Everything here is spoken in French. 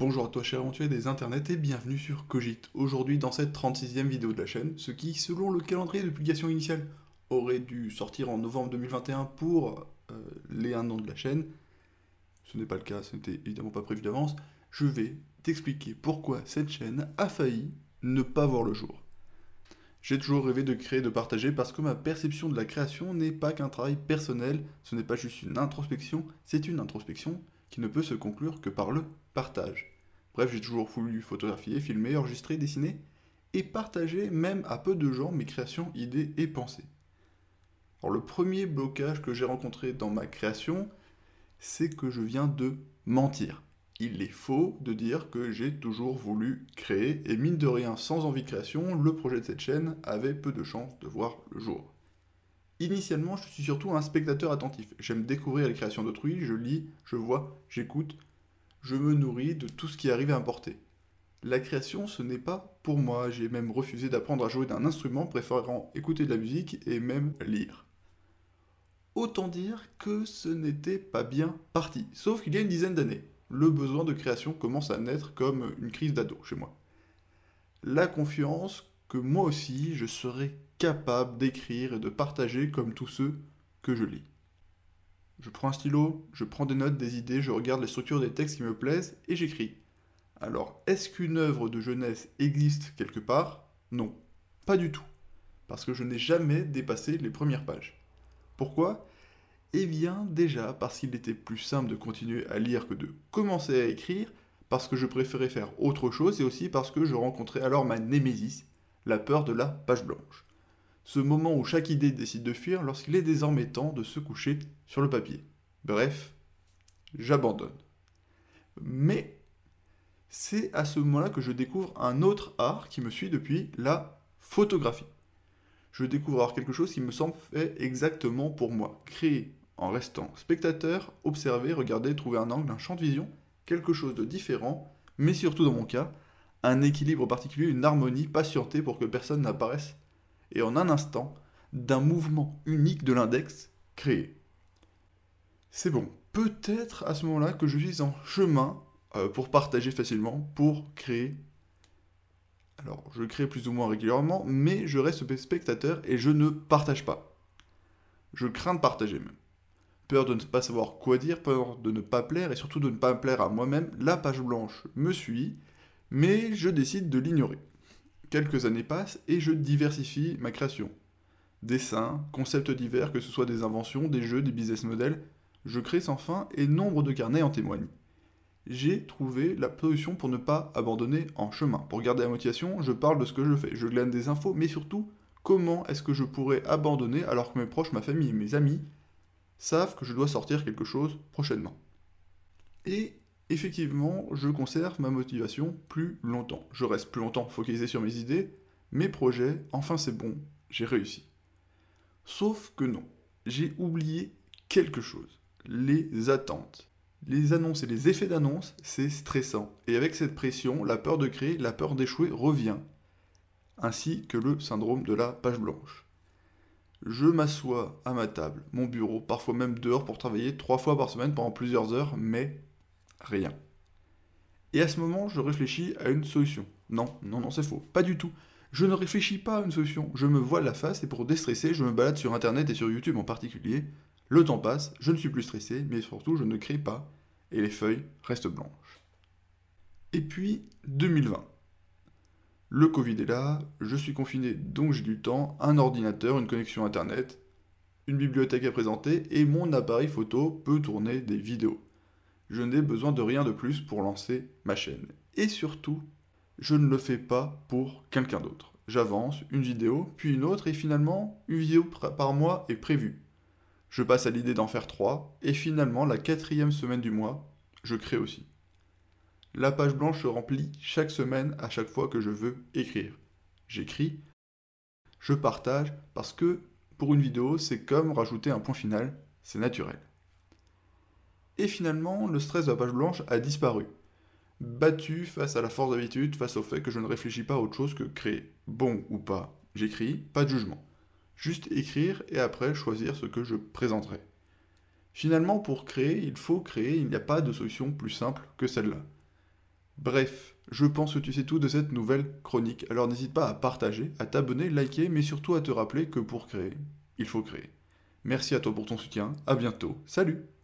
Bonjour à toi cher aventurier des internets et bienvenue sur Cogite. Aujourd'hui dans cette 36e vidéo de la chaîne, ce qui selon le calendrier de publication initial aurait dû sortir en novembre 2021 pour les 1 an de la chaîne, ce n'est pas le cas, ce n'était évidemment pas prévu d'avance, je vais t'expliquer pourquoi cette chaîne a failli ne pas voir le jour. J'ai toujours rêvé de créer, de partager parce que ma perception de la création n'est pas qu'un travail personnel, ce n'est pas juste une introspection, c'est une introspection qui ne peut se conclure que par le partage. Bref, j'ai toujours voulu photographier, filmer, enregistrer, dessiner et partager même à peu de gens mes créations, idées et pensées. Alors le premier blocage que j'ai rencontré dans ma création, c'est que je viens de mentir. Il est faux de dire que j'ai toujours voulu créer, et mine de rien, sans envie de création, le projet de cette chaîne avait peu de chances de voir le jour. Initialement, je suis surtout un spectateur attentif. J'aime découvrir les créations d'autrui, je lis, je vois, j'écoute, je me nourris de tout ce qui arrive à importer. La création, ce n'est pas pour moi, j'ai même refusé d'apprendre à jouer d'un instrument, préférant écouter de la musique et même lire. Autant dire que ce n'était pas bien parti, sauf qu'il y a une dizaine d'années. Le besoin de création commence à naître comme une crise d'ado chez moi. La confiance que moi aussi je serais capable d'écrire et de partager comme tous ceux que je lis. Je prends un stylo, je prends des notes, des idées, je regarde les structures des textes qui me plaisent et j'écris. Alors, est-ce qu'une œuvre de jeunesse existe quelque part? Non, pas du tout, parce que je n'ai jamais dépassé les premières pages. Pourquoi? Eh bien, déjà parce qu'il était plus simple de continuer à lire que de commencer à écrire, parce que je préférais faire autre chose, et aussi parce que je rencontrais alors ma némésis, la peur de la page blanche. Ce moment où chaque idée décide de fuir lorsqu'il est désormais temps de se coucher sur le papier. Bref, j'abandonne. Mais c'est à ce moment-là que je découvre un autre art qui me suit depuis, la photographie. Je découvre alors quelque chose qui me semble fait exactement pour moi. Créer en restant spectateur, observer, regarder, trouver un angle, un champ de vision, quelque chose de différent, mais surtout dans mon cas, un équilibre particulier, une harmonie patientée pour que personne n'apparaisse, et en un instant, d'un mouvement unique de l'index créé. C'est bon, peut-être à ce moment-là que je suis en chemin pour partager facilement, pour créer. Alors, je crée plus ou moins régulièrement, mais je reste spectateur et je ne partage pas. Je crains de partager même. Peur de ne pas savoir quoi dire, peur de ne pas plaire et surtout de ne pas plaire à moi-même, la page blanche me suit, mais je décide de l'ignorer. Quelques années passent et je diversifie ma création. Dessins, concepts divers, que ce soit des inventions, des jeux, des business models, je crée sans fin et nombre de carnets en témoignent. J'ai trouvé la solution pour ne pas abandonner en chemin. Pour garder la motivation, je parle de ce que je fais, je glane des infos, mais surtout, comment est-ce que je pourrais abandonner alors que mes proches, ma famille et mes amis savent que je dois sortir quelque chose prochainement. Et effectivement, je conserve ma motivation plus longtemps. Je reste plus longtemps focalisé sur mes idées, mes projets, enfin c'est bon, j'ai réussi. Sauf que non, j'ai oublié quelque chose, les attentes. Les annonces et les effets d'annonce, c'est stressant. Et avec cette pression, la peur de créer, la peur d'échouer revient. Ainsi que le syndrome de la page blanche. Je m'assois à ma table, mon bureau, parfois même dehors pour travailler 3 fois par semaine pendant plusieurs heures, mais rien. Et à ce moment, je réfléchis à une solution. Non, non, non, c'est faux. Pas du tout. Je ne réfléchis pas à une solution. Je me voile la face et pour déstresser, je me balade sur Internet et sur YouTube en particulier. Le temps passe, je ne suis plus stressé, mais surtout, je ne crée pas. Et les feuilles restent blanches. Et puis, 2020. Le Covid est là, je suis confiné donc j'ai du temps, un ordinateur, une connexion Internet, une bibliothèque à présenter et mon appareil photo peut tourner des vidéos. Je n'ai besoin de rien de plus pour lancer ma chaîne. Et surtout, je ne le fais pas pour quelqu'un d'autre. J'avance, une vidéo, puis une autre, et finalement, une vidéo par mois est prévue. Je passe à l'idée d'en faire 3, et finalement, la 4e semaine du mois, je crée aussi. La page blanche se remplit chaque semaine à chaque fois que je veux écrire. J'écris, je partage, parce que pour une vidéo, c'est comme rajouter un point final, c'est naturel. Et finalement, le stress de la page blanche a disparu. Battu face à la force d'habitude, face au fait que je ne réfléchis pas à autre chose que créer. Bon ou pas, j'écris, pas de jugement. Juste écrire et après choisir ce que je présenterai. Finalement, pour créer, il faut créer, il n'y a pas de solution plus simple que celle-là. Bref, je pense que tu sais tout de cette nouvelle chronique, alors n'hésite pas à partager, à t'abonner, liker, mais surtout à te rappeler que pour créer, il faut créer. Merci à toi pour ton soutien, à bientôt, salut!